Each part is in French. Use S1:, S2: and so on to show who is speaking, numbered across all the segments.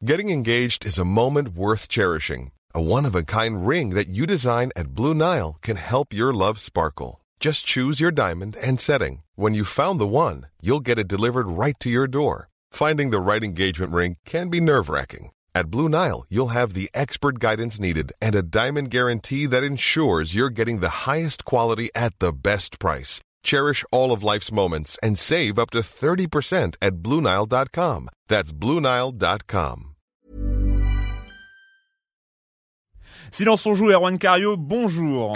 S1: Getting engaged is a moment worth cherishing. A one-of-a-kind ring that you design at Blue Nile can help your love sparkle. Just choose your diamond and setting. When you found the one, you'll get it delivered right to your door. Finding the right engagement ring can be nerve-wracking. At Blue Nile, you'll have the expert guidance needed and a diamond guarantee that ensures you're getting the highest quality at the best price. Cherish all of life's moments and save up to 30% at BlueNile.com. That's BlueNile.com.
S2: Silence on joue, Erwan Cario, bonjour.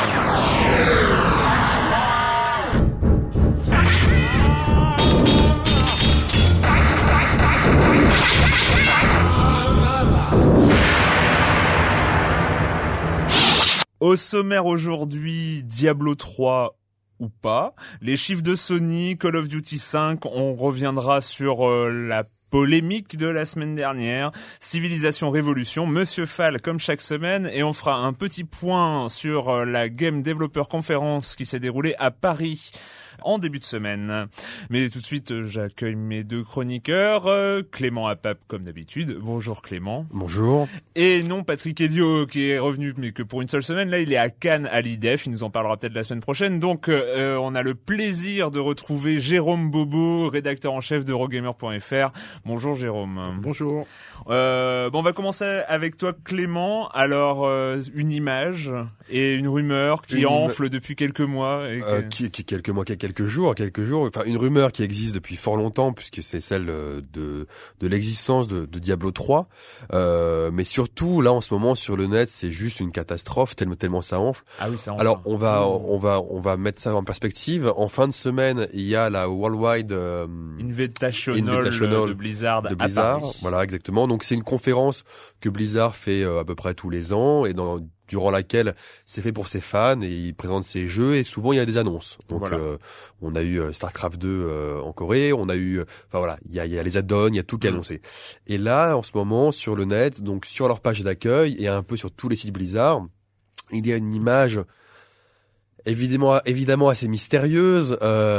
S2: Au sommaire aujourd'hui, Diablo 3 ou pas, les chiffres de Sony, Call of Duty 5, on reviendra sur la polémique de la semaine dernière, Civilisation Révolution, Monsieur Fall comme chaque semaine, et on fera un petit point sur la Game Developer Conference qui s'est déroulée à Paris en début de semaine. Mais tout de suite, j'accueille mes deux chroniqueurs, Clément Apap comme d'habitude. Bonjour Clément.
S3: Bonjour.
S2: Et non Patrick Helio qui est revenu mais que pour une seule semaine. Là, il est à Cannes à l'IDEF. Il nous en parlera peut-être la semaine prochaine. Donc, on a le plaisir de retrouver Jérôme Bobo, rédacteur en chef d'Eurogamer.fr. Bonjour Jérôme.
S3: Bonjour.
S2: On va commencer avec toi Clément. Alors, une image et une rumeur qui enfle depuis quelques mois. Et
S3: quelques jours, enfin une rumeur qui existe depuis fort longtemps puisque c'est celle de l'existence de Diablo 3, mais surtout là en ce moment sur le net c'est juste une catastrophe tellement ça enfle.
S2: Ah oui, ça enfle.
S3: Alors on va mettre ça en perspective. En fin de semaine il y a la Worldwide
S2: Invitational de Blizzard à Paris.
S3: Voilà exactement. Donc c'est une conférence que Blizzard fait à peu près tous les ans et durant laquelle c'est fait pour ses fans et il présente ses jeux et souvent il y a des annonces. Donc voilà. On a eu StarCraft 2 en Corée, on a eu il y a les add-ons, il y a tout qui est annoncé. Et là en ce moment sur le net, donc sur leur page d'accueil et un peu sur tous les sites Blizzard, il y a une image évidemment assez mystérieuse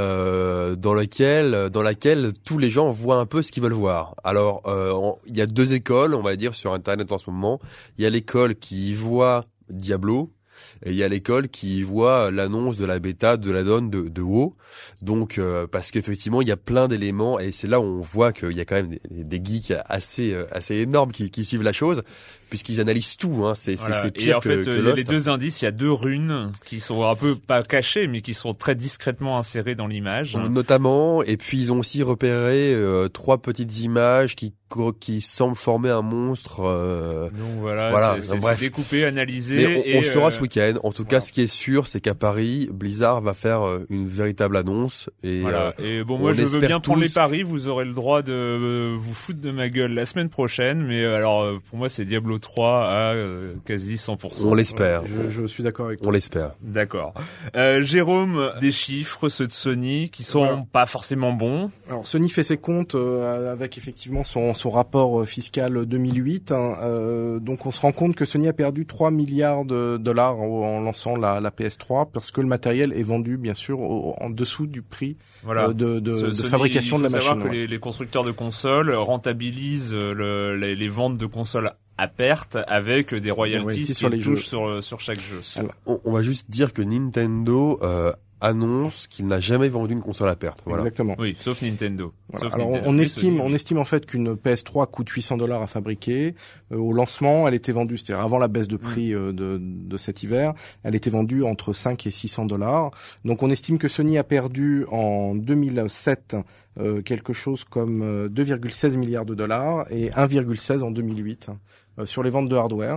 S3: dans laquelle tous les gens voient un peu ce qu'ils veulent voir. Alors il y a deux écoles, on va dire, sur internet en ce moment. Il y a l'école qui voit Diablo et il y a l'école qui voit l'annonce de la bêta de l'add-on de WoW. Donc parce qu'effectivement il y a plein d'éléments et c'est là où on voit qu'il y a quand même des geeks assez énormes qui suivent la chose puisqu'ils analysent tout, hein. C'est pire
S2: et en
S3: que
S2: fait, il y a les deux indices, il y a deux runes qui sont un peu pas cachées mais qui sont très discrètement insérées dans l'image.
S3: Notamment, et puis ils ont aussi repéré trois petites images qui semblent former un monstre.
S2: Donc voilà, c'est découpé, analysé.
S3: Mais on saura ce week-end. En tout cas, ce qui est sûr, c'est qu'à Paris, Blizzard va faire une véritable annonce. Et,
S2: voilà. Et bon, moi, je veux bien prendre les paris. Vous aurez le droit de vous foutre de ma gueule la semaine prochaine. Mais alors, pour moi, c'est Diablo 3 à quasi 100%.
S3: On l'espère.
S4: Je suis d'accord avec toi.
S3: On l'espère.
S2: D'accord. Jérôme, des chiffres, ceux de Sony, qui sont pas forcément bons.
S4: Alors, Sony fait ses comptes avec effectivement son rapport fiscal 2008. Donc, on se rend compte que Sony a perdu 3 milliards de dollars en lançant la PS3 parce que le matériel est vendu, bien sûr, en dessous du prix de fabrication de la machine.
S2: Il faut savoir que les constructeurs de consoles rentabilisent les ventes de consoles à perte avec des royalties qui touchent sur chaque jeu.
S3: Alors, on va juste dire que Nintendo annonce qu'il n'a jamais vendu une console à perte. Voilà.
S4: Exactement.
S2: Oui, sauf Nintendo.
S4: Voilà. Alors on estime en fait qu'une PS3 coûte $800 à fabriquer. Au lancement, elle était vendue, c'est-à-dire avant la baisse de prix de cet hiver, elle était vendue entre 5 et $600. Donc on estime que Sony a perdu en 2007 quelque chose comme 2,16 milliards de dollars et 1,16 en 2008 sur les ventes de hardware.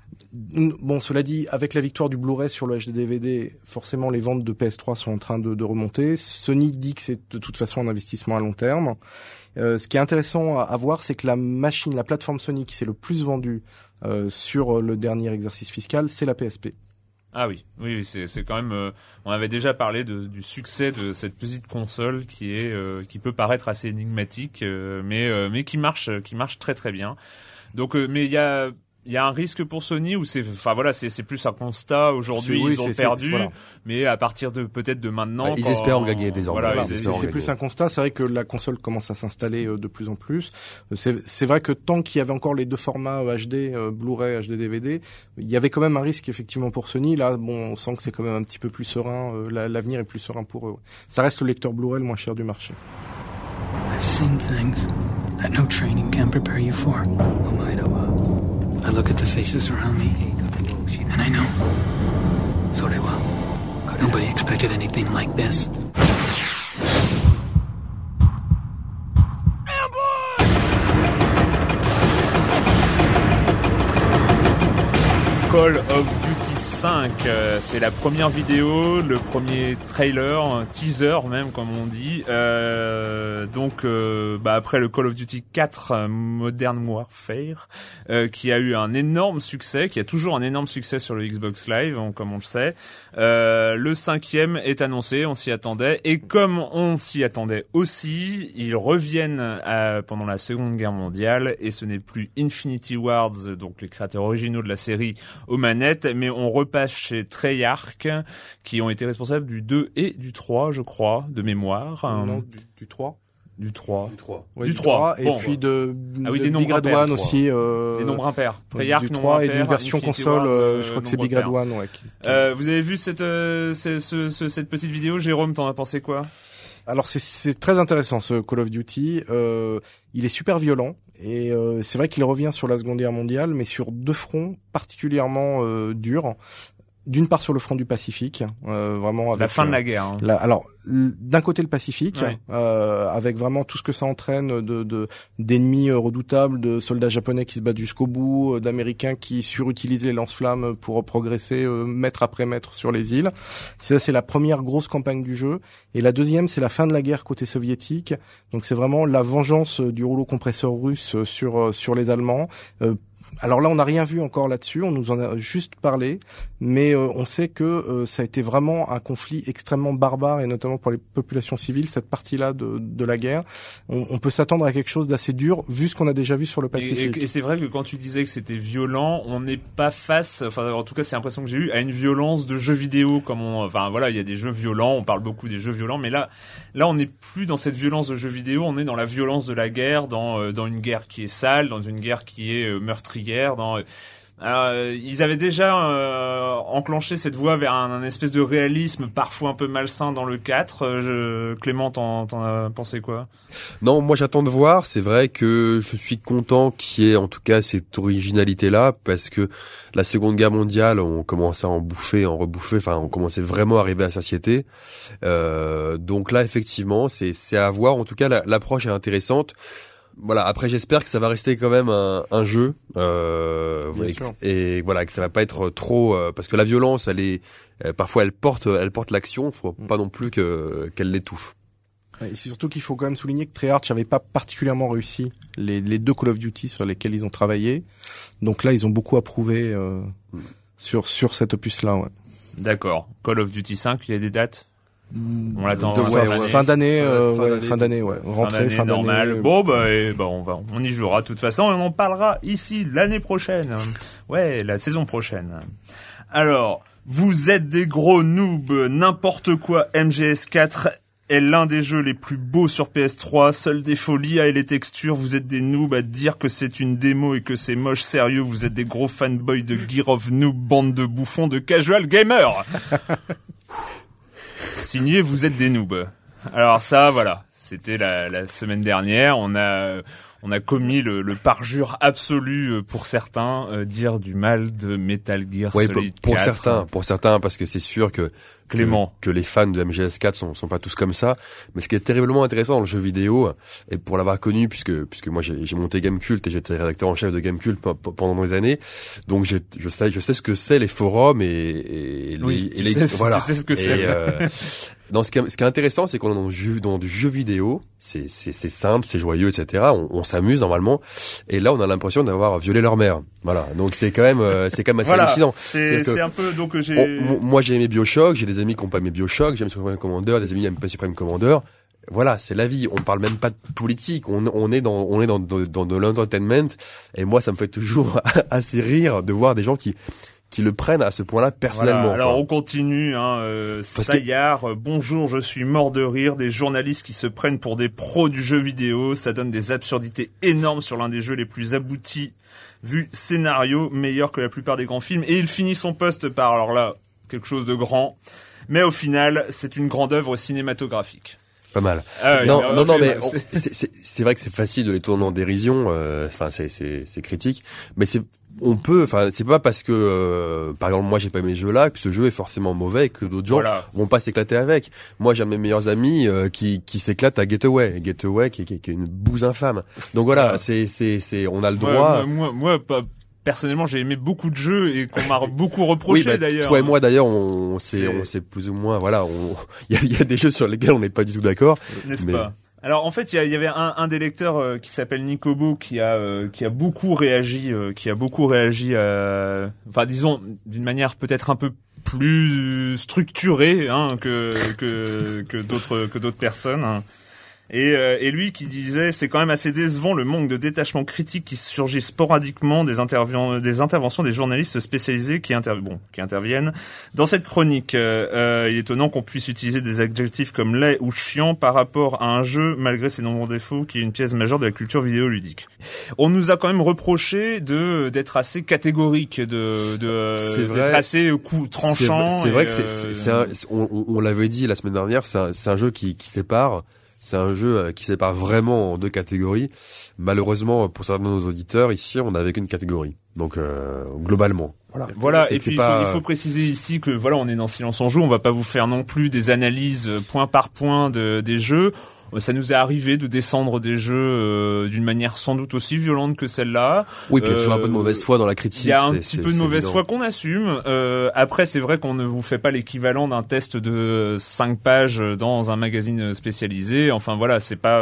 S4: Bon, cela dit, avec la victoire du Blu-ray sur le HD-DVD, forcément les ventes de PS3 sont en train de remonter. Sony dit que c'est de toute façon un investissement à long terme. Ce qui est intéressant à voir, c'est que la plateforme Sony qui s'est le plus vendue sur le dernier exercice fiscal, c'est la PSP.
S2: Ah oui, c'est quand même. On avait déjà parlé du succès de cette petite console qui peut paraître assez énigmatique, mais qui marche très très bien. Donc, mais il y a Il y a un risque pour Sony ou c'est plus un constat aujourd'hui, ils ont perdu, voilà. Mais à partir de peut-être de maintenant,
S3: ils espèrent en gagner désormais.
S4: Voilà, c'est plus un constat. C'est vrai que la console commence à s'installer de plus en plus. C'est vrai que tant qu'il y avait encore les deux formats HD, Blu-ray, HD DVD, il y avait quand même un risque effectivement pour Sony. Là, bon, on sent que c'est quand même un petit peu plus serein. L'avenir est plus serein pour eux. Ça reste le lecteur Blu-ray le moins cher du marché.
S5: I've seen things that no training can prepare you for. I look at the faces around me, and I know. Nobody expected anything like this.
S2: Call of Duty 5, c'est la première vidéo, le premier trailer, un teaser même comme on dit. Après le Call of Duty 4 Modern Warfare, qui a eu un énorme succès, qui a toujours un énorme succès sur le Xbox Live, comme on le sait. Le 5e est annoncé, on s'y attendait, et comme on s'y attendait aussi, ils reviennent pendant la Seconde Guerre mondiale, et ce n'est plus Infinity Ward, donc les créateurs originaux de la série, aux manettes, mais on repasse chez Treyarch, qui ont été responsables du 2 et du 3, je crois, de mémoire.
S4: Non, du 3.
S2: Du 3.
S4: Ouais,
S2: du 3.
S4: Et puis de Big Red One aussi.
S2: Des nombres impairs. Treyarch,
S4: du 3 et d'une version
S2: Infinity
S4: console,
S2: Wars,
S4: je crois que c'est Big Red One. Ouais,
S2: vous avez vu cette petite vidéo, Jérôme, t'en as pensé quoi?
S4: Alors c'est très intéressant ce Call of Duty. Il est super violent et c'est vrai qu'il revient sur la Seconde Guerre mondiale, mais sur deux fronts particulièrement durs. D'une part sur le front du Pacifique, vraiment avec
S2: la fin de la guerre. Hein.
S4: Alors d'un côté le Pacifique, ouais. Avec vraiment tout ce que ça entraîne d'ennemis redoutables, de soldats japonais qui se battent jusqu'au bout, d'Américains qui surutilisent les lance-flammes pour progresser mètre après mètre sur les îles. C'est la première grosse campagne du jeu. Et la deuxième, c'est la fin de la guerre côté soviétique. Donc c'est vraiment la vengeance du rouleau compresseur russe sur les Allemands. Alors là, on n'a rien vu encore là-dessus, on nous en a juste parlé, mais on sait que ça a été vraiment un conflit extrêmement barbare, et notamment pour les populations civiles, cette partie-là de la guerre. On peut s'attendre à quelque chose d'assez dur, vu ce qu'on a déjà vu sur le Pacifique.
S2: Et c'est vrai que quand tu disais que c'était violent, on n'est pas face, enfin en tout cas c'est l'impression que j'ai eu, à une violence de jeux vidéo, il y a des jeux violents, on parle beaucoup des jeux violents, mais là on n'est plus dans cette violence de jeux vidéo, on est dans la violence de la guerre, dans une guerre qui est sale, dans une guerre qui est meurtrière. Ils avaient déjà enclenché cette voie vers un espèce de réalisme parfois un peu malsain dans le 4. Clément, t'en as pensé quoi?
S3: Non, moi j'attends de voir. C'est vrai que je suis content qu'il y ait en tout cas cette originalité-là, parce que la Seconde Guerre mondiale, on commençait à en rebouffer, enfin on commençait vraiment à arriver à satiété. Donc là effectivement c'est à voir. En tout cas l'approche est intéressante. Voilà, après j'espère que ça va rester quand même un jeu et voilà, que ça va pas être trop parce que la violence parfois elle porte l'action, faut pas non plus qu'elle l'étouffe.
S4: Et c'est surtout qu'il faut quand même souligner que Treyarch n'avait pas particulièrement réussi les deux Call of Duty sur lesquels ils ont travaillé. Donc là, ils ont beaucoup approuvé sur cet opus-là. Ouais.
S2: D'accord. Call of Duty 5, il y a des dates? On l'attend
S4: fin d'année, rentrée, fin d'année
S2: normale. On y jouera de toute façon et on en parlera ici l'année prochaine. Ouais, la saison prochaine. Alors, vous êtes des gros noobs, n'importe quoi. MGS4 est l'un des jeux les plus beaux sur PS3. Seul défaut, l'IA et les textures. Vous êtes des noobs à dire que c'est une démo et que c'est moche. Sérieux, vous êtes des gros fanboys de Gear of Noob, bande de bouffons de casual gamers. Signé, vous êtes des noobs. Alors ça, voilà, c'était la semaine dernière. On a commis le parjure absolu pour certains, dire du mal de Metal Gear Solid 4.
S3: Pour certains, parce que c'est sûr que
S2: Clément,
S3: que les fans de MGS4 sont pas tous comme ça. Mais ce qui est terriblement intéressant dans le jeu vidéo, et pour l'avoir connu, puisque moi j'ai monté Gamecult et j'étais rédacteur en chef de Gamecult pendant des années, donc je sais ce que c'est les forums et voilà.
S2: Tu sais ce que c'est.
S3: Ce qui est intéressant, c'est qu'on est dans du jeu vidéo, c'est simple, c'est joyeux, etc. On s'amuse normalement, et là on a l'impression d'avoir violé leur mère. Voilà, donc c'est quand même assez hallucinant.
S2: C'est un peu donc
S3: moi j'ai aimé BioShock, j'ai des amis qui n'ont pas aimé BioShock, j'aime Supreme Commander, des amis qui n'aiment pas Supreme Commander. voilà, c'est la vie. On parle même pas de politique. On est dans de l'entertainment. Et moi, ça me fait toujours assez rire de voir des gens qui le prennent à ce point-là personnellement.
S2: Voilà, alors
S3: quoi.
S2: on continue, Saillard, bonjour, je suis mort de rire, des journalistes qui se prennent pour des pros du jeu vidéo, ça donne des absurdités énormes sur l'un des jeux les plus aboutis, vu scénario, meilleur que la plupart des grands films, et il finit son post par, alors là, quelque chose de grand, mais au final, c'est une grande œuvre cinématographique.
S3: Pas mal. Non, mais c'est vrai que c'est facile de les tourner en dérision, enfin, c'est critique, mais c'est pas parce que par exemple moi j'ai pas aimé ce jeu-là que ce jeu est forcément mauvais et que d'autres gens vont pas s'éclater avec. Moi j'ai mes meilleurs amis qui s'éclatent à Getaway qui est une bouse infâme. Donc voilà, c'est on a le droit.
S2: Moi personnellement, j'ai aimé beaucoup de jeux et qu'on m'a beaucoup reproché d'ailleurs.
S3: Toi et moi d'ailleurs, on s'est plus ou moins il y a des jeux sur lesquels on n'est pas du tout d'accord,
S2: n'est-ce pas? Alors en fait, il y avait un des lecteurs qui s'appelle Nicobo qui a beaucoup réagi, enfin disons d'une manière peut-être un peu plus structurée que d'autres personnes. Hein. Et lui qui disait c'est quand même assez décevant le manque de détachement critique qui surgit sporadiquement des interventions des journalistes spécialisés qui interviennent dans cette chronique. Il est étonnant qu'on puisse utiliser des adjectifs comme laid ou chiant par rapport à un jeu malgré ses nombreux défauts qui est une pièce majeure de la culture vidéoludique. On nous a quand même reproché d'être assez catégorique, d'être assez tranchant.
S3: C'est vrai que on l'avait dit la semaine dernière, c'est un jeu qui sépare. C'est un jeu qui sépare vraiment en deux catégories. Malheureusement, pour certains de nos auditeurs, ici, on n'avait qu'une catégorie. Donc, globalement.
S2: Voilà. Et puis, il faut préciser ici que, voilà, on est dans Silence on joue. On va pas vous faire non plus des analyses point par point des jeux. Ça nous est arrivé de descendre des jeux d'une manière sans doute aussi violente que celle-là.
S3: Oui, puis il y a toujours un peu de mauvaise foi dans la critique.
S2: Il y a un petit peu de mauvaise foi qu'on assume. Après, c'est vrai qu'on ne vous fait pas l'équivalent d'un test de 5 pages dans un magazine spécialisé. Enfin voilà, c'est pas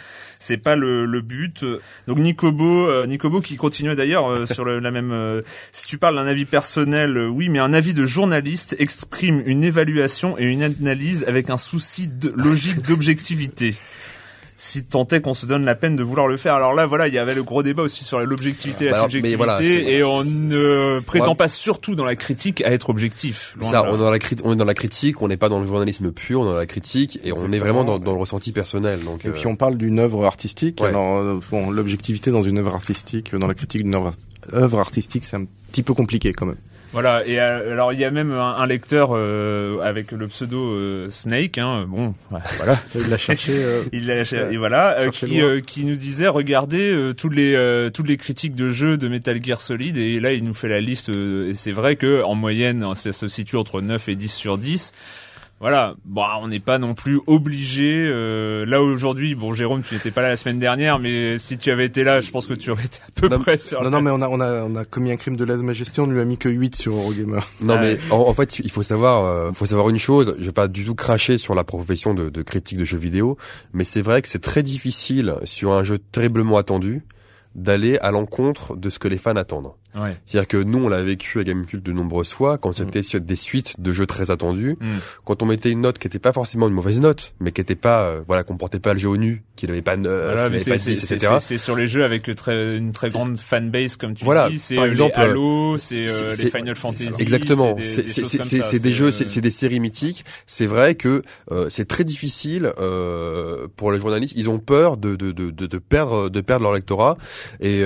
S2: le but. Donc Nicobo qui continue d'ailleurs sur la même. Si tu parles d'un avis personnel, oui, mais un avis de journaliste exprime une évaluation et une analyse avec un souci logique d'objectivité. Si tant est qu'on se donne la peine de vouloir le faire. Alors là, voilà, il y avait le gros débat aussi sur l'objectivité et la subjectivité, et on ne prétend pas surtout dans la critique à être objectif.
S3: On est dans la critique, on n'est pas dans le journalisme pur, on est dans la critique, et on est vraiment dans le ressenti personnel. Donc,
S4: et puis on parle d'une œuvre artistique. Ouais. Alors, l'objectivité dans une œuvre artistique, dans la critique d'une œuvre artistique, c'est un petit peu compliqué quand même.
S2: Voilà, et alors il y a même un lecteur avec le pseudo Snake, voilà.
S4: Il l'a cherché.
S2: Et voilà, qui nous disait regardez toutes les critiques de jeux de Metal Gear Solid, et là il nous fait la liste, et c'est vrai que en moyenne ça se situe entre 9 et 10 sur 10. Voilà, on n'est pas non plus obligé. Là aujourd'hui, Jérôme, tu n'étais pas là la semaine dernière, mais si tu avais été là, je pense que tu aurais été à peu près sur.
S4: Non, mais on a commis un crime de lèse-majesté. On ne lui a mis que 8 sur Eurogamer.
S3: Non, mais en fait, il faut savoir une chose. Je vais pas du tout cracher sur la profession de critique de jeux vidéo, mais c'est vrai que c'est très difficile sur un jeu terriblement attendu d'aller à l'encontre de ce que les fans attendent.
S2: Ouais.
S3: C'est-à-dire que nous, on l'a vécu à Gamecult de nombreuses fois, quand c'était des suites de jeux très attendus, quand on mettait une note qui était pas forcément une mauvaise note, mais qui était pas, qu'on portait pas le jeu au nu, qu'il avait pas 9, qu'il avait pas 10, etc.
S2: C'est sur les jeux avec une très grande fanbase, comme tu dis, c'est
S3: par exemple,
S2: les Halo, c'est les Final Fantasy.
S3: Exactement.
S2: C'est
S3: des jeux, c'est des séries mythiques. C'est vrai que, c'est très difficile, pour les journalistes. Ils ont peur de perdre leur lectorat. Et,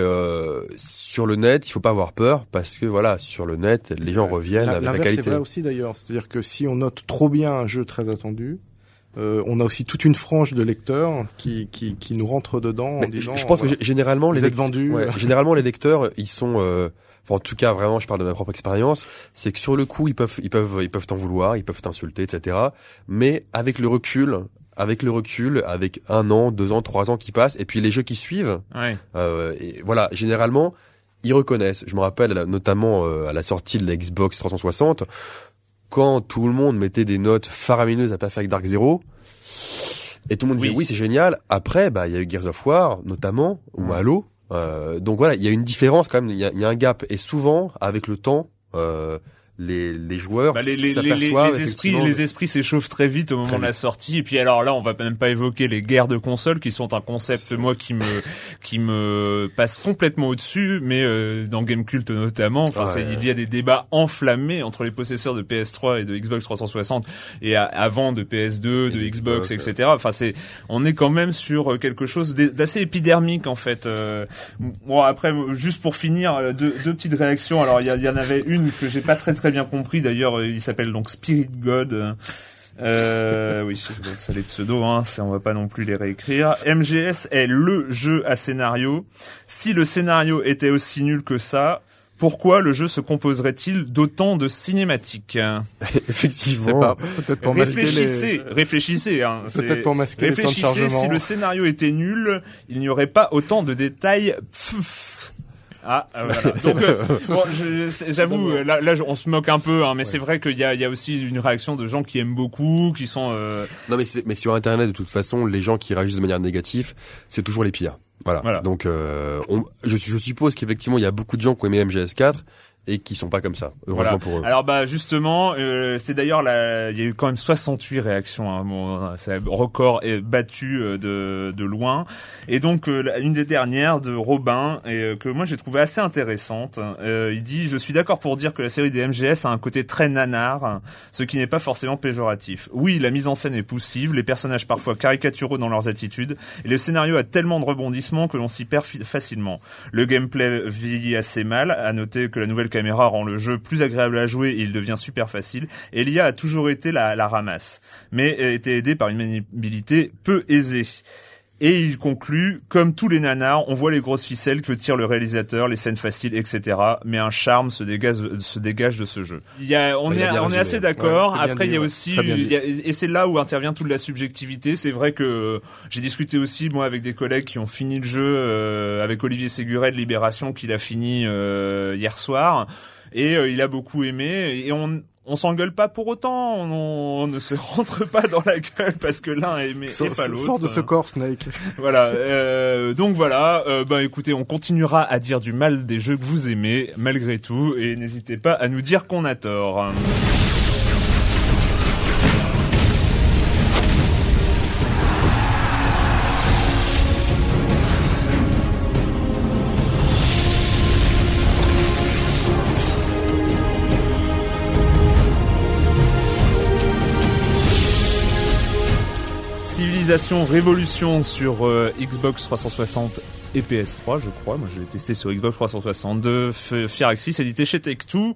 S3: sur le net, il faut pas avoir peur, parce que voilà, sur le net, les gens reviennent avec la qualité.
S4: C'est vrai aussi d'ailleurs, c'est-à-dire que si on note trop bien un jeu très attendu, on a aussi toute une frange de lecteurs qui nous rentrent dedans en disant.
S3: Je pense que généralement
S4: les vendus.
S3: Généralement les lecteurs, ils sont, en tout cas vraiment, je parle de ma propre expérience, c'est que sur le coup ils peuvent t'en vouloir, ils peuvent t'insulter, etc. Mais avec le recul, avec 1 an, 2 ans, 3 ans qui passent, et puis les jeux qui suivent, et voilà, généralement ils reconnaissent. Je me rappelle notamment à la sortie de la Xbox 360, quand tout le monde mettait des notes faramineuses à Perfect Dark Zero, et tout le monde disait oui c'est génial. Après, il y a eu Gears of War notamment, ou Halo. Donc voilà, il y a une différence quand même, il y a un gap. Et souvent, avec le temps, les joueurs
S2: les
S3: s'aperçoivent
S2: esprits s'échauffent très vite au moment de la sortie. Et puis alors là, on va même pas évoquer les guerres de consoles qui sont un concept moi qui me passe complètement au-dessus, mais dans Gamecult notamment, il y a des débats enflammés entre les possesseurs de PS3 et de Xbox 360 et avant de PS2, de Xbox, etc. Enfin on est quand même sur quelque chose d'assez épidermique en fait. Bon après, juste pour finir, deux petites réactions. Alors il y en avait une que j'ai pas très bien compris. D'ailleurs, il s'appelle donc Spirit God. Oui, c'est les pseudos, hein, on va pas non plus les réécrire. MGS est le jeu à scénario. Si le scénario était aussi nul que ça, pourquoi le jeu se composerait-il d'autant de cinématiques?
S3: Effectivement.
S4: Peut-être pour masquer
S2: réfléchissez, hein.
S4: Peut-être pour masquer les temps de chargement.
S2: Si le scénario était nul, il n'y aurait pas autant de détails. Voilà. Donc bon, j'avoue, là on se moque un peu, hein, mais c'est vrai qu'il y a aussi une réaction de gens qui aiment beaucoup, qui sont.
S3: Non, mais sur Internet, de toute façon, les gens qui réagissent de manière négative, c'est toujours les pires. Voilà. Donc, je suppose qu'effectivement, il y a beaucoup de gens qui ont aimé MGS4 et qui sont pas comme ça. Heureusement pour eux.
S2: Alors justement, c'est d'ailleurs il y a eu quand même 68 réactions. Hein. Bon, c'est un record est battu de loin. Et donc une des dernières de Robin et que moi j'ai trouvé assez intéressante. Il dit: je suis d'accord pour dire que la série des MGS a un côté très nanar, ce qui n'est pas forcément péjoratif. Oui, la mise en scène est poussive, les personnages parfois caricaturaux dans leurs attitudes, et le scénario a tellement de rebondissements que l'on s'y perd facilement. Le gameplay vieillit assez mal. À noter que la nouvelle caméra rend le jeu plus agréable à jouer et il devient super facile. Et l'IA a toujours été la ramasse, mais était aidée par une maniabilité peu aisée. Et il conclut: comme tous les nanars, on voit les grosses ficelles que tire le réalisateur, les scènes faciles, etc. Mais un charme se dégage de ce jeu. On est assez d'accord. Après, il y a aussi, et c'est là où intervient toute la subjectivité. C'est vrai que j'ai discuté aussi moi avec des collègues qui ont fini le jeu, avec Olivier Séguret de Libération, qu'il a fini hier soir, et il a beaucoup aimé. Et on s'engueule pas pour autant, on ne se rentre pas dans la gueule parce que l'un a aimé et pas l'autre.
S4: Sors de ce corps, Snake.
S2: Voilà. Donc voilà. Écoutez, on continuera à dire du mal des jeux que vous aimez malgré tout, et n'hésitez pas à nous dire qu'on a tort. Révolution sur Xbox 360 et PS3, je crois. Moi, je l'ai testé sur Xbox 362. Firaxis, édité chez Tech2.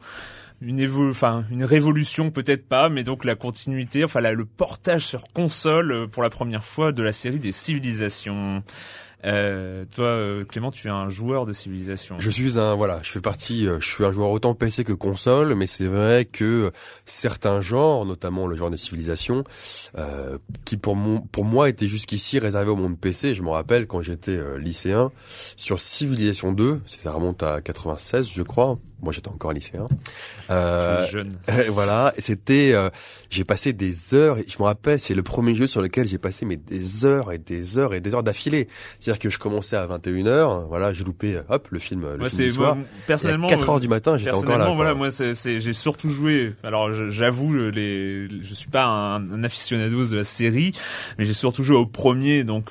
S2: Une révolution peut-être pas, mais donc la continuité, le portage sur console pour la première fois de la série des Civilisations. Toi, Clément, tu es un joueur de Civilisation.
S3: Je suis je suis un joueur autant PC que console, mais c'est vrai que certains genres, notamment le genre des Civilisations, qui pour moi était jusqu'ici réservé au monde PC. Je me rappelle quand j'étais lycéen, sur Civilisation 2, ça remonte à 96, je crois. Moi, j'étais encore lycéen.
S2: Je suis jeune.
S3: Voilà, c'était, j'ai passé des heures, et je me rappelle, c'est le premier jeu sur lequel j'ai passé des heures et des heures et des heures d'affilée. C'est-à-dire que je commençais à 21h, voilà, j'ai loupé, le film du soir.
S2: Personnellement,
S3: et à 4h du matin, j'étais encore là.
S2: Voilà, moi, j'ai surtout joué. Alors, j'avoue, je suis pas un aficionado de la série, mais j'ai surtout joué au premier, donc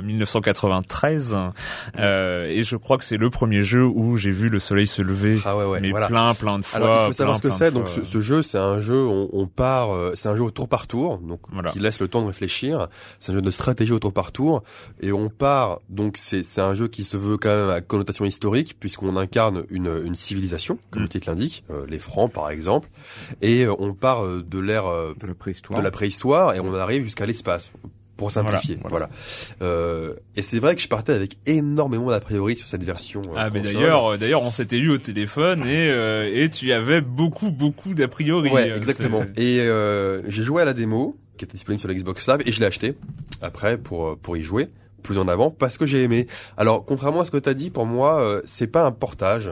S2: 1993, et je crois que c'est le premier jeu où j'ai vu le soleil se lever.
S3: Ah ouais, mais
S2: voilà. plein de fois.
S3: Alors, il faut savoir ce que c'est. Donc, ce jeu, c'est un jeu, on part, c'est un jeu au tour par tour, donc qui laisse le temps de réfléchir. C'est un jeu de stratégie au tour par tour, et on part. Donc, c'est un jeu qui se veut quand même à connotation historique, puisqu'on incarne une civilisation, comme le titre l'indique, les Francs par exemple, et on part de l'ère de la préhistoire, et on arrive jusqu'à l'espace. Pour simplifier, voilà. Et c'est vrai que je partais avec énormément d'a priori sur cette version.
S2: Mais d'ailleurs, on s'était eu au téléphone et tu avais beaucoup d'a priori.
S3: Ouais, exactement. Et j'ai joué à la démo qui était disponible sur la Xbox Live et je l'ai acheté après pour y jouer plus en avant parce que j'ai aimé. Alors contrairement à ce que t'as dit, pour moi, c'est pas un portage.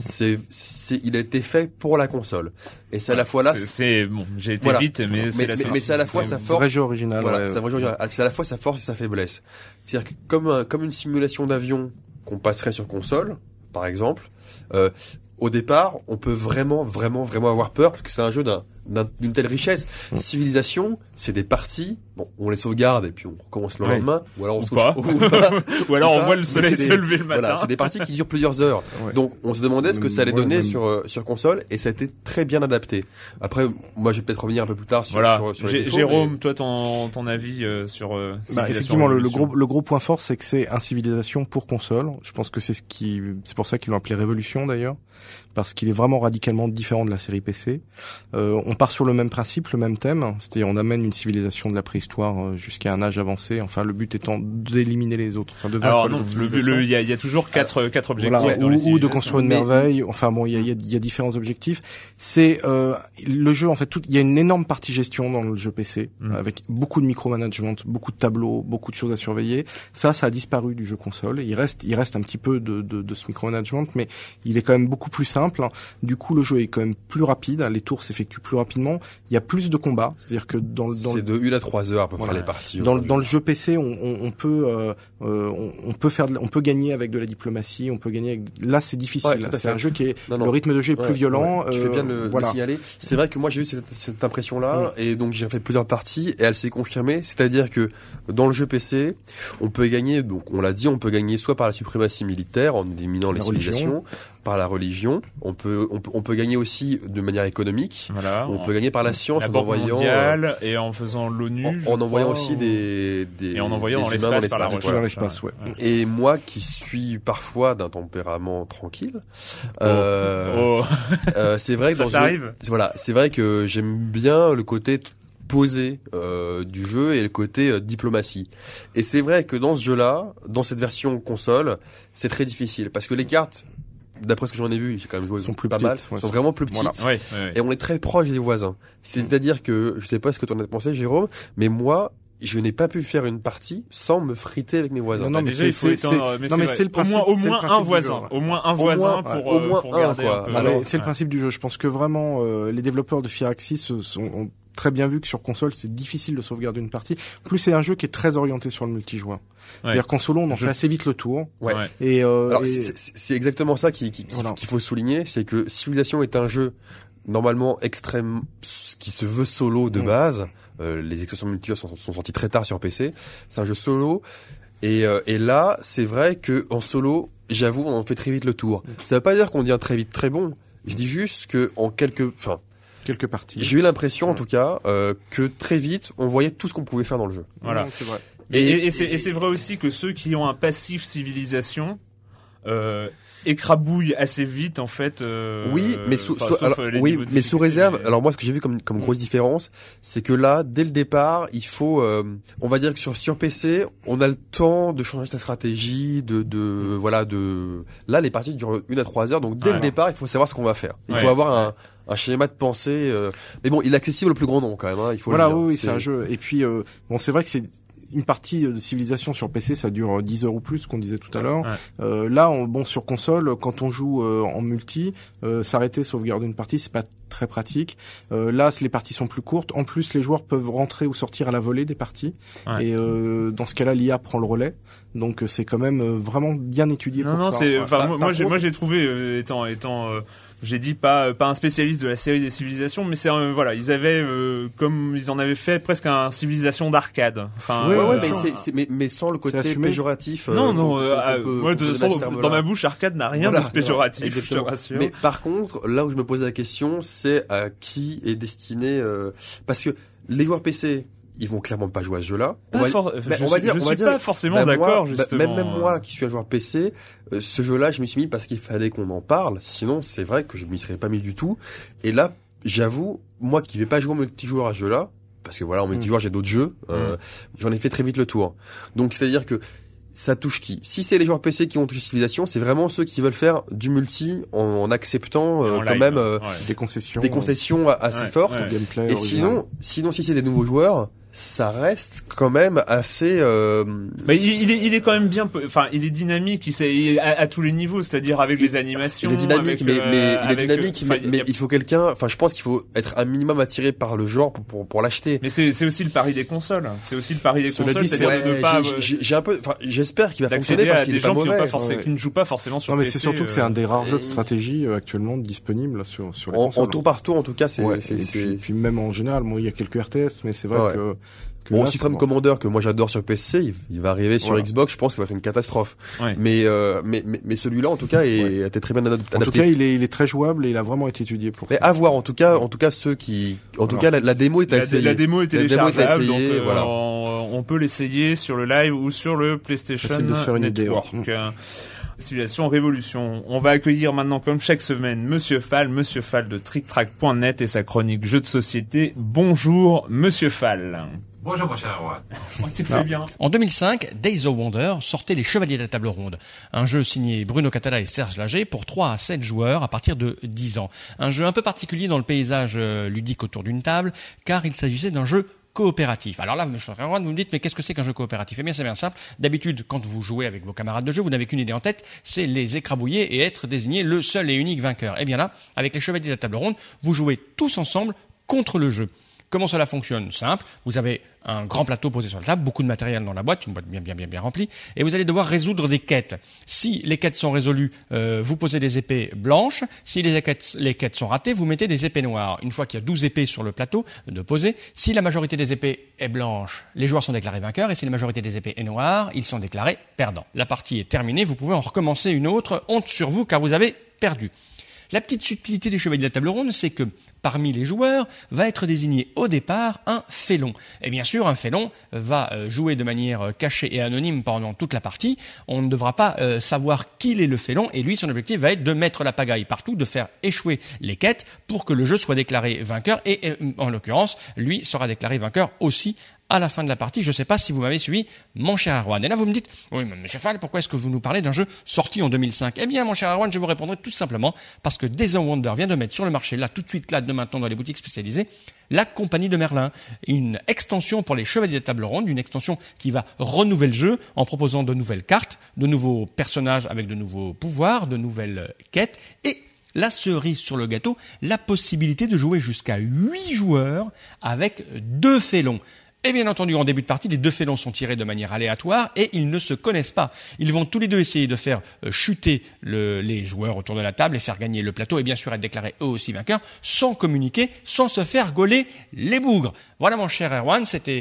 S3: Il a été fait pour la console. Et c'est à la fois là.
S2: J'ai été vite, mais
S3: c'est à la fois sa force.
S4: Vrai jeu original.
S3: Voilà, c'est un vrai jeu original. C'est à la fois sa force et sa faiblesse. C'est-à-dire que comme une simulation d'avion qu'on passerait sur console, par exemple, au départ, on peut vraiment avoir peur parce que c'est un jeu d'une telle richesse. Civilisation, c'est des parties. Bon, on les sauvegarde et puis on recommence le lendemain, ou alors on se couche
S2: ou alors on voit le soleil se lever le matin.
S3: Voilà, c'est des parties qui durent plusieurs heures.
S4: Ouais.
S3: Donc, on se demandait ce que ça allait donner sur console, et ça a été très bien adapté. Après, moi, je vais peut-être revenir un peu plus tard sur les défauts,
S2: Jérôme, toi, ton avis sur Civilization
S4: effectivement,
S2: Révolution.
S4: le gros point fort, c'est que c'est un Civilisation pour console. Je pense que c'est pour ça qu'ils l'ont appelé Révolution d'ailleurs, parce qu'il est vraiment radicalement différent de la série PC. On part sur le même principe, le même thème, c'est-à-dire on amène une civilisation de la préhistoire jusqu'à un âge avancé. Enfin, le but étant d'éliminer les autres. Enfin, de vaincre
S2: Alors non, il y a toujours quatre objectifs.
S4: Voilà,
S2: dans les
S4: ou de construire une
S3: Mais-
S4: merveille. Enfin bon, il y a différents objectifs. C'est le jeu en fait. Il y a une énorme partie gestion dans le jeu PC, avec beaucoup de micromanagement, beaucoup de tableaux, beaucoup de choses à surveiller. Ça a disparu du jeu console. Il reste un petit peu de ce micromanagement, mais il est quand même beaucoup plus simple. Du coup, le jeu est quand même plus rapide. Les tours s'effectuent plus rapidement. Il y a plus de combats, c'est-à-dire que
S3: c'est de 1 à 3 heures à peu près les parties.
S4: dans le jeu PC, on peut gagner avec de la diplomatie, on peut gagner avec... Là, c'est difficile.
S3: Ouais, tout à
S4: C'est
S3: fait.
S4: un jeu qui est,
S3: Non.
S4: le rythme de jeu est plus violent.
S3: Tu fais bien de le signaler. C'est vrai que moi j'ai eu cette impression-là, et donc j'ai fait plusieurs parties, et elle s'est confirmée. C'est-à-dire que dans le jeu PC, on peut gagner, donc on l'a dit, on peut gagner soit par la suprématie militaire en éliminant les civilisations, par la religion. On peut gagner aussi de manière économique.
S2: Voilà.
S3: On peut gagner par la science
S2: la
S3: en
S2: Banque
S3: envoyant
S2: mondiale et en faisant l'ONU.
S3: en envoyant aussi des
S2: et en envoyant
S3: des
S2: dans
S3: humains
S2: l'espace par la recherche.
S4: Dans l'espace, ouais.
S3: Et moi qui suis parfois d'un tempérament tranquille, c'est vrai que
S2: Ça
S3: dans
S2: t'arrive ?
S3: c'est vrai que j'aime bien le côté posé du jeu et le côté diplomatie. Et c'est vrai que dans ce jeu-là, dans cette version console, c'est très difficile parce que les cartes, d'après ce que j'en ai vu, j'ai quand même joué
S4: Sont plus
S3: pas
S4: petites,
S3: mal,
S4: ouais.
S3: sont vraiment plus petites.
S4: Voilà.
S2: Ouais.
S3: Et on est très proche des voisins. C'est-à-dire que, je sais pas ce que t'en as pensé, Jérôme, mais moi, je n'ai pas pu faire une partie sans me friter avec mes voisins.
S4: Non, mais
S2: Déjà, il faut éteindre. Mais c'est
S4: le principe.
S2: au
S4: c'est le
S2: moins
S4: principe
S2: un
S4: du
S2: voisin.
S4: jeu, ouais.
S2: Au moins un voisin
S3: au moins
S2: pour
S3: un,
S2: garder
S3: quoi.
S2: un peu.
S3: Alors,
S4: C'est le principe du jeu. Je pense que vraiment, les développeurs de Firaxis ont très bien vu que sur console, c'est difficile de sauvegarder une partie. En plus, c'est un jeu qui est très orienté sur le multijoueur. C'est-à-dire qu'en solo, on en fait assez vite le tour.
S3: Ouais.
S4: Et,
S3: Alors,
S4: et-
S3: c'est exactement ça qu'il faut souligner, c'est que Civilization est un jeu normalement extrême, qui se veut solo de base. Les extensions multijoueurs sont sorties très tard sur PC. C'est un jeu solo. Et là, c'est vrai que en solo, j'avoue, on en fait très vite le tour. Ça veut pas dire qu'on devient très vite très bon. Je dis juste que en quelques parties. J'ai eu l'impression, en tout cas, que très vite, on voyait tout ce qu'on pouvait faire dans le jeu.
S2: Voilà.
S4: Non, c'est vrai.
S2: Et c'est vrai aussi que ceux qui ont un passif civilisation écrabouillent assez vite en fait.
S3: Oui, mais sous réserve. Alors moi, ce que j'ai vu comme grosse différence, c'est que là, dès le départ, il faut, on va dire que sur PC, on a le temps de changer sa stratégie, là, les parties durent 1 à 3 heures, donc dès le départ, il faut savoir ce qu'on va faire. Il faut avoir un schéma de pensée. Mais bon, il est accessible au plus grand nombre quand même. Hein, il faut le dire.
S4: Oui, c'est un jeu. Et puis, c'est vrai que c'est une partie de Civilisation sur PC, ça dure 10 heures ou plus, qu'on disait tout à l'heure. Là, sur console, quand on joue en multi, s'arrêter, sauvegarder une partie, c'est pas très pratique. Là, les parties sont plus courtes. En plus, les joueurs peuvent rentrer ou sortir à la volée des parties. Et dans ce cas-là, l'IA prend le relais. Donc, c'est quand même vraiment bien étudié.
S2: Non, c'est. Enfin, moi, j'ai trouvé étant j'ai dit pas un spécialiste de la série des civilisations, mais c'est ils avaient comme ils en avaient fait presque un civilisation d'arcade. Enfin,
S3: mais sans le côté péjoratif.
S2: Non, moi de toute façon, dans ma bouche, arcade n'a rien de péjoratif. Je te rassure.
S3: Mais par contre, là où je me pose la question, c'est à qui est destiné, parce que les joueurs PC, ils vont clairement pas jouer à ce jeu-là. Je suis pas forcément d'accord, justement. Même moi, qui suis un joueur PC, ce jeu-là, je m'y suis mis parce qu'il fallait qu'on en parle. Sinon, c'est vrai que je m'y serais pas mis du tout. Et là, j'avoue, moi qui vais pas jouer en multijoueur à ce jeu-là, parce que voilà, en multijoueur, j'ai d'autres jeux, j'en ai fait très vite le tour. Donc, c'est-à-dire que ça touche qui? Si c'est les joueurs PC qui vont toucher Civilization, c'est vraiment ceux qui veulent faire du multi en acceptant quand même
S4: des concessions
S3: assez fortes.
S4: gameplay
S3: et sinon, si c'est des nouveaux joueurs, ça reste quand même assez.
S2: Mais il est quand même bien, enfin, il est dynamique, à tous les niveaux, c'est-à-dire avec les animations.
S3: Il est dynamique, mais il faut quelqu'un. Enfin, je pense qu'il faut être un minimum attiré par le genre pour l'acheter.
S2: Mais c'est aussi le pari des consoles. C'est aussi le pari des consoles,
S3: dit,
S2: c'est-à-dire de ne pas.
S3: J'ai un peu. Enfin, j'espère qu'il va fonctionner parce qu'il est pas mauvais.
S2: Qui ne jouent pas forcément sur
S4: PC. Non, mais
S2: PC,
S4: c'est surtout que c'est un des rares jeux de stratégie actuellement disponibles sur les consoles.
S3: En tour par tour, en tout cas, c'est.
S4: Puis même en général, il y a quelques RTS, mais c'est vrai que.
S3: Bon, Supreme Commander que moi j'adore sur PC, il va arriver sur Xbox, je pense que ça va être une catastrophe. Ouais. Mais celui-là en tout cas était très bien adapté.
S4: En tout cas, il est très jouable et il a vraiment été étudié pour ça.
S3: Mais à voir en tout cas ceux qui la démo est assez
S2: la démo est téléchargeable, donc voilà. On peut l'essayer sur le live ou sur le PlayStation Network. Simulation Révolution. On va accueillir maintenant, comme chaque semaine, Monsieur Fall de TrickTrack.net et sa chronique jeux de société. Bonjour, Monsieur Fall.
S6: Bonjour, mon cher Erwan.
S2: Tu le fais bien.
S7: En 2005, Days of Wonder sortait Les Chevaliers de la Table Ronde, un jeu signé Bruno Catala et Serge Lager pour 3 à 7 joueurs à partir de 10 ans. Un jeu un peu particulier dans le paysage ludique autour d'une table, car il s'agissait d'un jeu coopératif. Alors là, vous me dites, mais qu'est-ce que c'est qu'un jeu coopératif? Eh bien, c'est bien simple. D'habitude, quand vous jouez avec vos camarades de jeu, vous n'avez qu'une idée en tête, c'est les écrabouiller et être désigné le seul et unique vainqueur. Eh bien là, avec les Chevaliers de la Table Ronde, vous jouez tous ensemble contre le jeu. Comment cela fonctionne? Simple. Vous avez un grand plateau posé sur la table, beaucoup de matériel dans la boîte, une boîte bien remplie, et vous allez devoir résoudre des quêtes. Si les quêtes sont résolues, vous posez des épées blanches. Si les quêtes sont ratées, vous mettez des épées noires. Une fois qu'il y a 12 épées sur le plateau de poser, si la majorité des épées est blanche, les joueurs sont déclarés vainqueurs, et si la majorité des épées est noire, ils sont déclarés perdants. La partie est terminée, vous pouvez en recommencer une autre. Honte sur vous, car vous avez perdu. La petite subtilité des Chevaliers de la Table Ronde, c'est que parmi les joueurs va être désigné au départ un félon. Et bien sûr, un félon va jouer de manière cachée et anonyme pendant toute la partie. On ne devra pas savoir qui est le félon, et lui, son objectif va être de mettre la pagaille partout, de faire échouer les quêtes pour que le jeu soit déclaré vainqueur, et en l'occurrence, lui sera déclaré vainqueur aussi à la fin de la partie. Je ne sais pas si vous m'avez suivi, mon cher Erwan. Et là, vous me dites, oui, mais monsieur Fall, pourquoi est-ce que vous nous parlez d'un jeu sorti en 2005? Eh bien, mon cher Erwan, je vous répondrai tout simplement parce que Days of Wonder vient de mettre sur le marché, là, tout de suite, là, de maintenant, dans les boutiques spécialisées, la Compagnie de Merlin. Une extension pour les Chevaliers de Table Ronde, une extension qui va renouveler le jeu en proposant de nouvelles cartes, de nouveaux personnages avec de nouveaux pouvoirs, de nouvelles quêtes, et la cerise sur le gâteau, la possibilité de jouer jusqu'à 8 joueurs avec 2 félons. Et bien entendu, en début de partie, les 2 félons sont tirés de manière aléatoire et ils ne se connaissent pas. Ils vont tous les deux essayer de faire chuter les joueurs autour de la table et faire gagner le plateau et bien sûr être déclarés eux aussi vainqueurs sans communiquer, sans se faire gauler les bougres. Voilà mon cher Erwan, c'était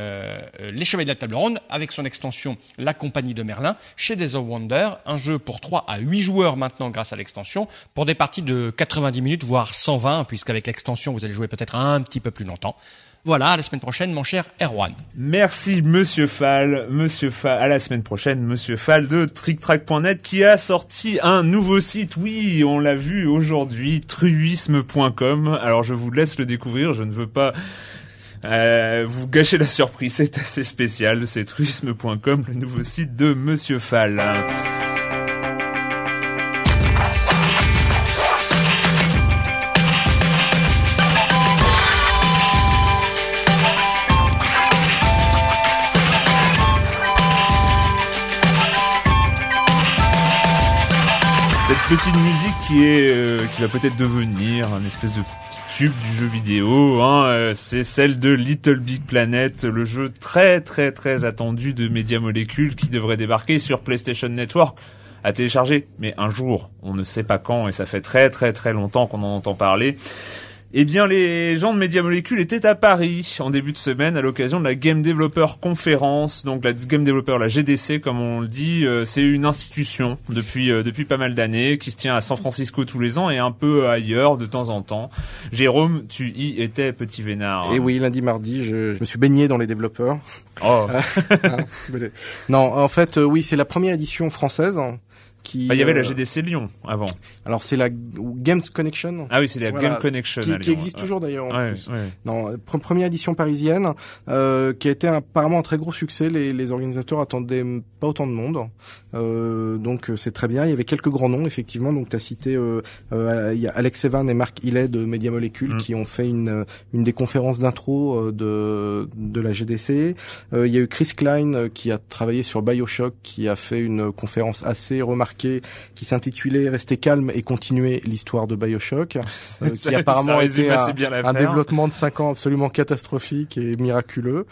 S7: les Chevaliers de la Table Ronde avec son extension La Compagnie de Merlin chez Days of Wonder, un jeu pour 3 à 8 joueurs maintenant grâce à l'extension pour des parties de 90 minutes voire 120 puisqu'avec l'extension vous allez jouer peut-être un petit peu plus longtemps. Voilà, à la semaine prochaine, mon cher Erwan.
S2: Merci, Monsieur Fall. À la semaine prochaine, Monsieur Fall de TrickTrack.net qui a sorti un nouveau site. Oui, on l'a vu aujourd'hui, truisme.com. Alors, je vous laisse le découvrir. Je ne veux pas vous gâcher la surprise. C'est assez spécial. C'est truisme.com, le nouveau site de Monsieur Fall. Cette petite musique qui va peut-être devenir un espèce de petit tube du jeu vidéo, c'est celle de Little Big Planet, le jeu très très très attendu de Media Molecule qui devrait débarquer sur PlayStation Network à télécharger, mais un jour, on ne sait pas quand, et ça fait très très très longtemps qu'on en entend parler. Eh bien, les gens de Media Molecule étaient à Paris en début de semaine à l'occasion de la Game Developer Conference. Donc la Game Developer, la GDC comme on le dit, c'est une institution depuis pas mal d'années qui se tient à San Francisco tous les ans et un peu ailleurs de temps en temps. Jérôme, tu y étais, petit vénard.
S4: Et oui, lundi, mardi, je me suis baigné dans les développeurs.
S2: Oh.
S4: Non, en fait, oui, c'est la première édition française qui...
S2: Il y avait la GDC Lyon avant.
S4: Alors c'est la Games Connection.
S2: Ah oui, c'est la Game Connection à Lyon,
S4: qui existe toujours d'ailleurs en plus.
S2: Ouais.
S4: Non, première édition parisienne, qui a été apparemment un très gros succès. Les organisateurs attendaient pas autant de monde, donc c'est très bien. Il y avait quelques grands noms effectivement. Donc tu as cité il y a Alex Evan et Marc Hillet de Media Molecule qui ont fait une des conférences d'intro de la GDC. Il y a eu Chris Klein qui a travaillé sur BioShock, qui a fait une conférence assez remarquée qui s'intitulait Restez calme et continuer l'histoire de BioShock, qui apparemment été un développement de 5 ans absolument catastrophique et miraculeux.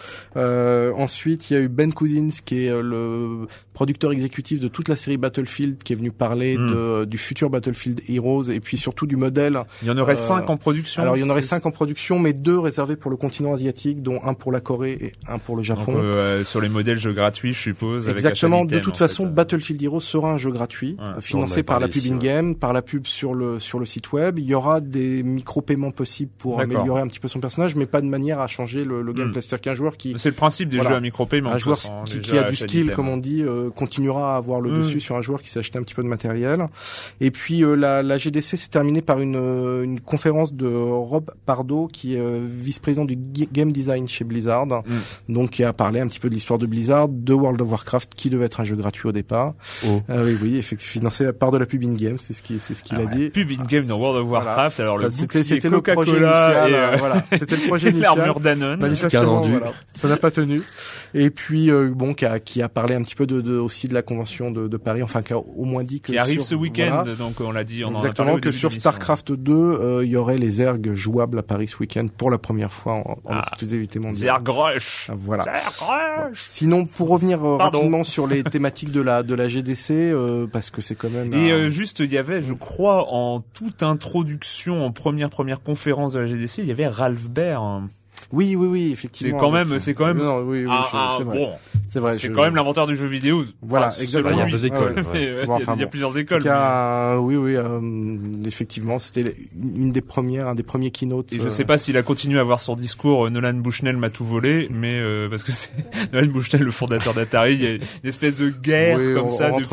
S4: Ensuite, il y a eu Ben Cousins qui est le producteur exécutif de toute la série Battlefield, qui est venu parler du futur Battlefield Heroes et puis surtout du modèle.
S2: Il y en aurait 5 en production.
S4: Alors il y en aurait 5 en production, mais 2 réservés pour le continent asiatique, dont un pour la Corée et un pour le Japon.
S2: Donc, sur les modèles jeux gratuits, je suppose.
S4: Exactement.
S2: Avec
S4: de toute façon, Battlefield Heroes sera un jeu gratuit, financé par la pub in-game, par la pub sur le site web. Il y aura des micro-paiements possibles pour améliorer un petit peu son personnage, mais pas de manière à changer le gameplay. C'est-à-dire qu'un joueur qui...
S2: C'est le principe des jeux à micro-paiement.
S4: Un joueur qui a du skill, comme on dit, continuera à avoir le dessus sur un joueur qui s'est acheté un petit peu de matériel. Et puis la GDC s'est terminée par une conférence de Rob Pardo, qui est vice-président du game design chez Blizzard, donc qui a parlé un petit peu de l'histoire de Blizzard, de World of Warcraft, qui devait être un jeu gratuit au départ. Oui, effectivement, financé par de la pub in-game, c'est ce qu'il a dit.
S2: Pub in-game dans World of Warcraft, alors
S4: c'était le projet initial, voilà, c'était le projet initial.
S2: L'armure Danone.
S4: Manifestement, voilà, ça n'a pas tenu. Et puis qui a parlé un petit peu aussi de la convention de Paris, enfin qui a au moins dit que
S2: qui arrive ce week-end, donc on l'a dit,
S4: exactement, que sur StarCraft 2 il y aurait les ergs jouables à Paris ce week-end pour la première fois en exclusivité mondiale.
S2: Zergrush.
S4: Voilà.
S2: Zergrush.
S4: Sinon, pour revenir rapidement sur les thématiques de la GDC, parce que c'est quand même.
S2: Et juste, il y avait, je crois, en toute introduction, en première conférence de la GDC, il y avait Ralph Baer.
S4: Oui, effectivement.
S2: C'est quand même.
S4: Non, oui, c'est vrai.
S2: Bon.
S4: C'est vrai.
S2: C'est quand même l'inventeur du jeu vidéo.
S4: Voilà, exactement.
S3: Il y a 2 écoles.
S2: Il y a plusieurs écoles.
S4: Oui, effectivement, c'était un des premiers keynotes.
S2: Et je sais pas s'il a continué à avoir son discours Nolan Bushnell m'a tout volé, mais parce que c'est Nolan Bushnell, le fondateur d'Atari, il y a une espèce de guerre comme ça depuis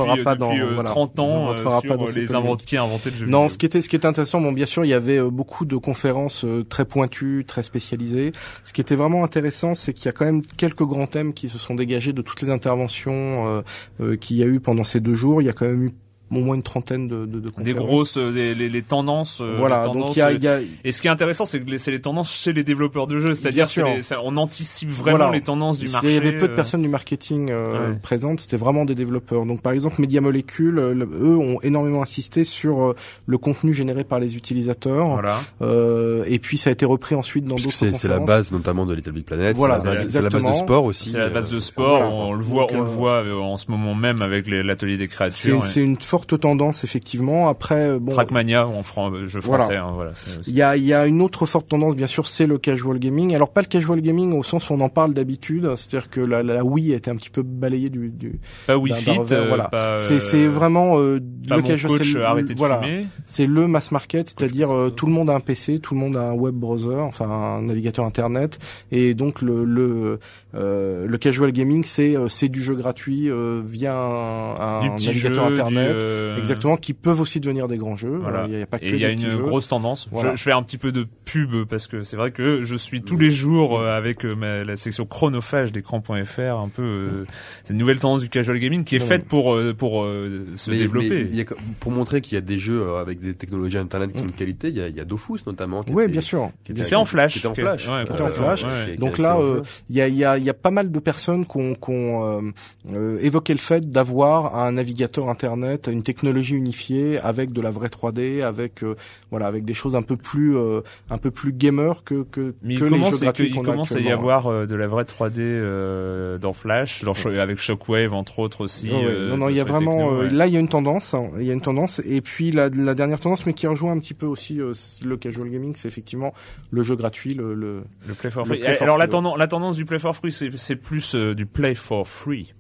S2: 30 ans sur qui a inventé le jeu vidéo.
S4: Non, ce qui était intéressant, bien sûr, il y avait beaucoup de conférences très pointues, très spécialisées. Ce qui était vraiment intéressant, c'est qu'il y a quand même quelques grands thèmes qui se sont dégagés de toutes les interventions qu'il y a eu pendant ces 2 jours. Il y a quand même eu au moins une trentaine de conférences.
S2: Des grosses, les tendances.
S4: Voilà.
S2: Les tendances,
S4: donc il y a.
S2: Et ce qui est intéressant, c'est que c'est les tendances chez les développeurs de jeux. C'est-à-dire, on anticipe vraiment les tendances du marché.
S4: Il y avait peu de personnes du marketing présentes. C'était vraiment des développeurs. Donc, par exemple, Media Molecule, eux ont énormément insisté sur le contenu généré par les utilisateurs.
S2: Voilà.
S4: Et puis, ça a été repris ensuite dans d'autres conférences.
S3: C'est la base, notamment de Little Big Planet.
S4: Voilà.
S3: C'est la base de sport aussi.
S2: C'est la base de sport. Voilà. On le voit en ce moment même avec l'atelier des créatures.
S4: C'est une forte tendance, effectivement. Après,
S2: Trackmania en jeu français.
S4: Il y a une autre forte tendance, bien sûr, c'est le casual gaming. Alors pas le casual gaming au sens où on en parle d'habitude, c'est-à-dire que la Wii a été un petit peu balayée du
S2: pas Wii Fit,
S4: voilà. C'est vraiment le casual.
S2: Coach, arrêtez de fumer.
S4: C'est le mass market, c'est-à-dire tout le monde a un PC, tout le monde a un web browser, enfin un navigateur internet, et donc le casual gaming, c'est du jeu gratuit via un navigateur internet. Exactement, qui peuvent aussi devenir des grands jeux.
S2: Voilà.
S4: Il y a pas que
S2: et il y a une grosse tendance.
S4: Voilà.
S2: Je fais un petit peu de pub parce que c'est vrai que je suis tous les jours avec la section chronophage d'écran.fr un peu c'est une nouvelle tendance du casual gaming qui est faite pour se développer.
S3: Mais pour montrer qu'il y a des jeux avec des technologies internet qui sont de qualité, il y a Dofus notamment.
S4: Oui, bien sûr.
S3: Qui était en flash.
S4: Donc là, il y a pas mal de personnes qui ont évoqué le fait d'avoir un navigateur internet, une technologie unifiée avec de la vraie 3D, avec des choses un peu plus gamer que les jeux gratuits qu'on a.
S2: Il commence à y avoir de la vraie 3D dans Flash, avec Shockwave entre autres aussi.
S4: Non, il y a vraiment là il y a une tendance, et puis la dernière tendance, mais qui rejoint un petit peu aussi le casual gaming, c'est effectivement le jeu gratuit, le
S2: Play for Free. Alors la tendance du Play for Free, c'est plus du Play for Free,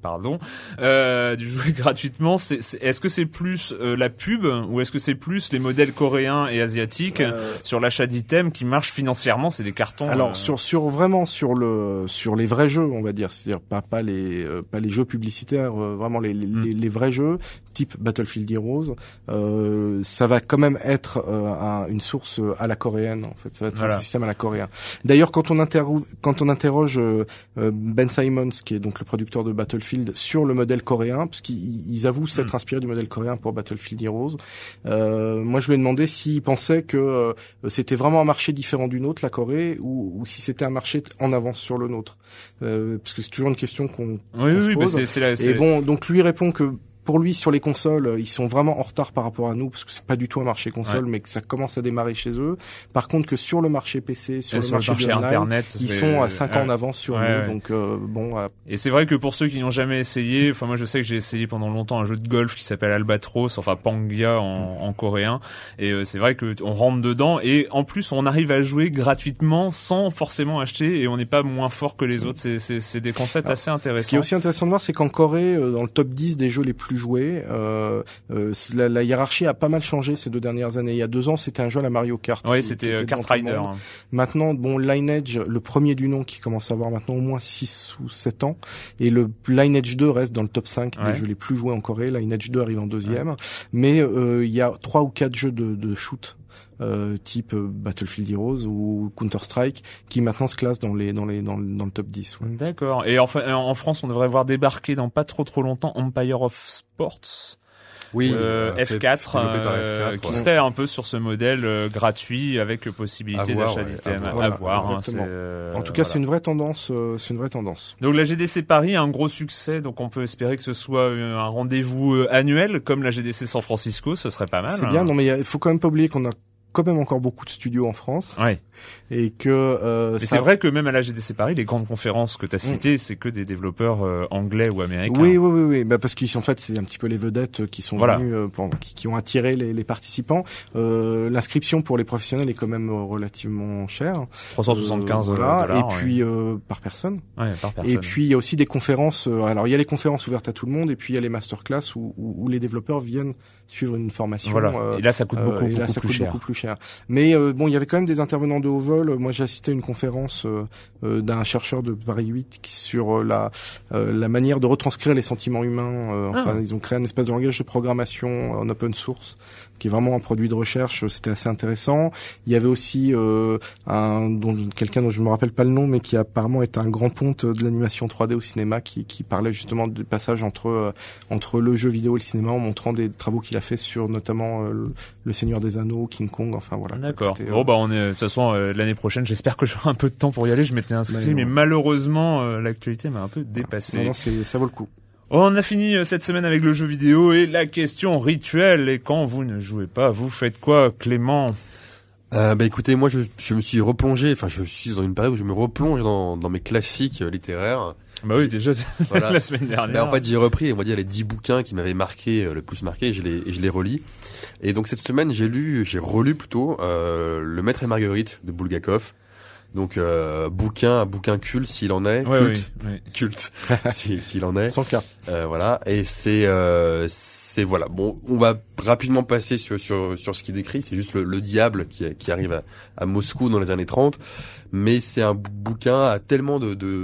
S2: du jouer gratuitement. Est-ce que c'est plus la pub ou est-ce que c'est plus les modèles coréens et asiatiques sur l'achat d'items qui marchent financièrement? C'est des cartons.
S4: Alors sur les vrais jeux, on va dire, c'est-à-dire pas les jeux publicitaires, vraiment les vrais jeux type Battlefield Heroes, ça va quand même être une source à la coréenne. En fait, ça va être un système à la coréenne. D'ailleurs, quand on interroge Ben Simons, qui est donc le producteur de Battlefield, sur le modèle coréen, parce qu'ils avouent s'être inspirés du modèle coréen pour Battlefield Heroes, moi je lui ai demandé s'il pensait que c'était vraiment un marché différent du nôtre, la Corée, ou si c'était un marché en avance sur le nôtre, parce que c'est toujours une question qu'on se pose. Et bon, donc lui répond que pour lui, sur les consoles, ils sont vraiment en retard par rapport à nous, parce que c'est pas du tout un marché console, mais que ça commence à démarrer chez eux. Par contre, que sur le marché PC, sur le marché Internet, ils sont à 5 ans en avance sur nous. Donc
S2: Et c'est vrai que pour ceux qui n'ont jamais essayé, enfin moi je sais que j'ai essayé pendant longtemps un jeu de golf qui s'appelle Albatros, enfin Pangya en coréen, et c'est vrai que on rentre dedans et en plus on arrive à jouer gratuitement sans forcément acheter, et on n'est pas moins fort que les autres. C'est des concepts assez intéressants.
S4: Ce qui est aussi intéressant de voir, c'est qu'en Corée, dans le top 10 des jeux les plus joués, la hiérarchie a pas mal changé ces 2 dernières années. Il y a 2 ans, c'était un jeu à la Mario Kart.
S2: Oui, c'était Kart Rider.
S4: Maintenant, bon, Lineage, le premier du nom, qui commence à avoir maintenant au moins 6 ou 7 ans, et le Lineage 2 reste dans le top 5 des jeux les plus joués en Corée. Lineage 2 arrive en 2e. Mais il y a 3 ou 4 jeux de shoot type Battlefield Heroes ou Counter-Strike qui maintenant se classent dans le top 10. Ouais.
S2: D'accord. Et enfin en France, on devrait voir débarquer dans pas trop longtemps Empire of Sports.
S3: Oui,
S2: F4, qui serait un peu sur ce modèle gratuit avec possibilité d'achat d'items à voir.
S4: En tout cas, c'est une vraie tendance.
S2: Donc la GDC Paris a un gros succès, donc on peut espérer que ce soit un rendez-vous annuel comme la GDC San Francisco, ce serait pas mal.
S4: C'est bien, non mais il faut quand même pas oublier qu'on a quand même encore beaucoup de studios en France.
S2: Ouais.
S4: Et que
S2: c'est vrai que même à la GDC Paris, les grandes conférences que tu as citées, c'est que des développeurs anglais ou américains.
S4: Oui. Bah parce qu'en fait, c'est un petit peu les vedettes qui sont venus, qui ont attiré les participants. L'inscription pour les professionnels est quand même relativement chère.
S2: 375 $.
S4: Et puis par personne.
S2: Ouais, par personne.
S4: Et puis il y a aussi des conférences. Alors il y a les conférences ouvertes à tout le monde, et puis il y a les masterclass où les développeurs viennent suivre une formation.
S2: Voilà. Et là, ça coûte beaucoup plus cher. Mais bon, il y avait quand même des intervenants de haut vol. Moi, j'ai assisté à une conférence d'un chercheur de Paris 8 sur la manière de retranscrire les sentiments humains. Ils ont créé un espèce de langage de programmation en open source qui est vraiment un produit de recherche. C'était assez intéressant. Il y avait aussi quelqu'un dont je me rappelle pas le nom, mais qui apparemment est un grand ponte de l'animation 3D au cinéma, qui parlait justement du passage entre le jeu vidéo et le cinéma, en montrant des travaux qu'il a fait sur notamment le Seigneur des Anneaux, King Kong, enfin voilà. D'accord. Bon on est de toute façon l'année prochaine, j'espère que j'aurai un peu de temps pour y aller. Je m'étais inscrit, mais malheureusement l'actualité m'a un peu dépassé.
S4: Non, ça vaut le coup.
S2: On a fini cette semaine avec le jeu vidéo et la question rituelle. Et quand vous ne jouez pas, vous faites quoi, Clément?
S3: Écoutez, moi je me suis replongé, je suis dans une période où je me replonge dans mes classiques littéraires.
S2: Bah oui, déjà la semaine dernière.
S3: En fait, j'ai repris, on va dire, les 10 bouquins qui m'avaient le plus marqué, et je les relis. Et donc cette semaine, j'ai relu plutôt Le Maître et Marguerite de Bulgakov. Donc bouquin culte s'il en est, culte s'il en est.
S4: Sans cas.
S3: Voilà, et c'est voilà. Bon, on va rapidement passer sur ce qu'il décrit. C'est juste le diable qui arrive à Moscou dans les années 30. Mais c'est un bouquin à tellement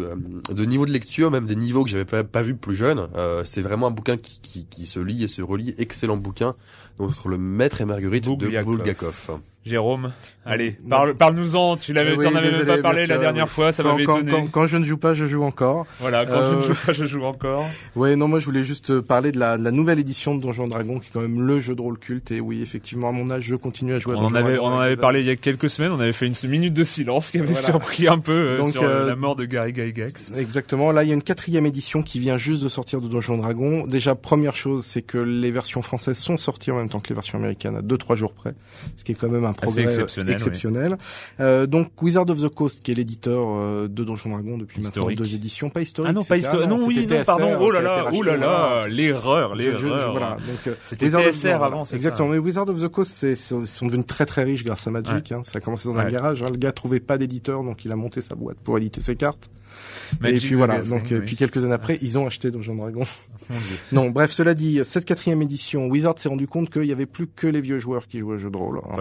S3: de niveaux de lecture, même des niveaux que j'avais pas vu plus jeune. C'est vraiment un bouquin qui se lit et se relit. Excellent bouquin. Donc Le Maître et Marguerite de Bulgakov.
S2: Jérôme, allez, parle-nous-en. Tu n'en avais même pas parlé la dernière fois, ça m'avait étonné.
S4: Quand je ne joue pas, je joue encore.
S2: Voilà, quand je ne joue pas, je joue encore.
S4: Ouais, non, moi je voulais juste parler de la nouvelle édition de Donjons & Dragons, qui est quand même le jeu de rôle culte. Et oui, effectivement, à mon âge, je continue à jouer à Donjons & Dragons.
S2: On en avait parlé il y a quelques semaines, on avait fait une minute de silence qui avait surpris un peu sur la mort de Gary Gygax.
S4: Exactement, là il y a une 4e édition qui vient juste de sortir de Donjons & Dragons. Déjà, première chose, c'est que les versions françaises sont sorties en même temps que les versions américaines, à 2-3 jours près, ce qui est quand même un progrès exceptionnel. Donc Wizard of the Coast, qui est l'éditeur de Donjons & Dragons depuis maintenant 2 éditions, pas historique.
S2: Ah non, pas historique. Non, pardon. Oh là là, l'erreur.
S4: Voilà. Donc
S2: c'était TSR avant, c'est
S4: exactement. Mais Wizard of the Coast, ils sont devenus très très riches grâce à Magic. Ouais. Ça a commencé dans un garage. Le gars trouvait pas d'éditeur, donc il a monté sa boîte pour éditer ses cartes. Magic, et puis voilà. Donc puis quelques années après, ils ont acheté Donjons & Dragons. Non, bref, cela dit, cette 4e édition, Wizard s'est rendu compte qu'il y avait plus que les vieux joueurs qui jouaient au jeu de rôle.
S2: Les vieux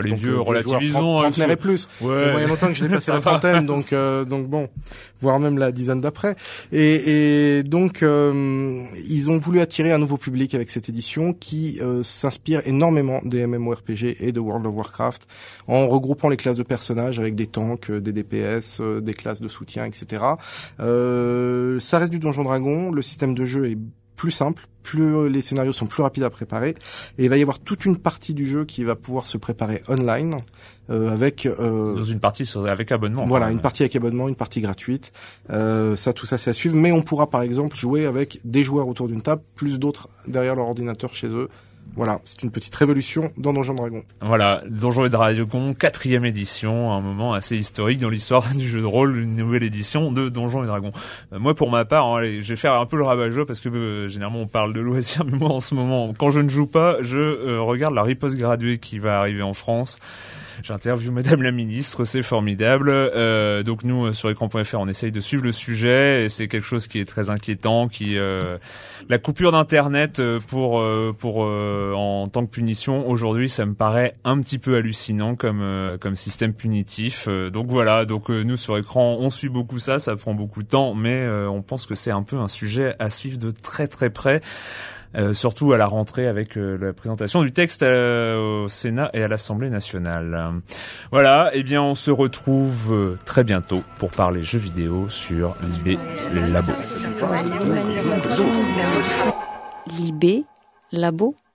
S2: relativisons.
S4: Trentenaire et plus.
S2: Ouais.
S4: Il y a longtemps que je l'ai passé la trentaine, donc bon, voire même la dizaine d'après. Et donc, ils ont voulu attirer un nouveau public avec cette édition qui s'inspire énormément des MMORPG et de World of Warcraft, en regroupant les classes de personnages avec des tanks, des DPS, des classes de soutien, etc. Ça reste du Donjon Dragon. Le système de jeu est plus simple, plus les scénarios sont plus rapides à préparer, et il va y avoir toute une partie du jeu qui va pouvoir se préparer online avec
S2: dans une partie avec abonnement.
S4: Voilà, une partie avec abonnement, une partie gratuite. Tout ça c'est à suivre, mais on pourra par exemple jouer avec des joueurs autour d'une table plus d'autres derrière leur ordinateur chez eux. Voilà, c'est une petite révolution dans Donjon Dragon.
S2: Voilà, Donjon et Dragon, 4e édition, un moment assez historique dans l'histoire du jeu de rôle, une nouvelle édition de Donjon et Dragon. Moi, pour ma part, allez, je vais faire un peu le rabat-joie parce que généralement on parle de loisirs, mais moi en ce moment, quand je ne joue pas, je regarde la riposte graduée qui va arriver en France. J'interviewe Madame la Ministre, c'est formidable. Donc nous, sur écran.fr, on essaye de suivre le sujet et c'est quelque chose qui est très inquiétant, la coupure d'internet pour en tant que punition aujourd'hui, ça me paraît un petit peu hallucinant comme système punitif. Donc voilà, nous sur écran, on suit beaucoup ça prend beaucoup de temps, mais on pense que c'est un peu un sujet à suivre de très très près. Surtout à la rentrée avec la présentation du texte au Sénat et à l'Assemblée nationale. Voilà, et bien on se retrouve très bientôt pour parler jeux vidéo sur Libé Labo.
S6: Libé Labo.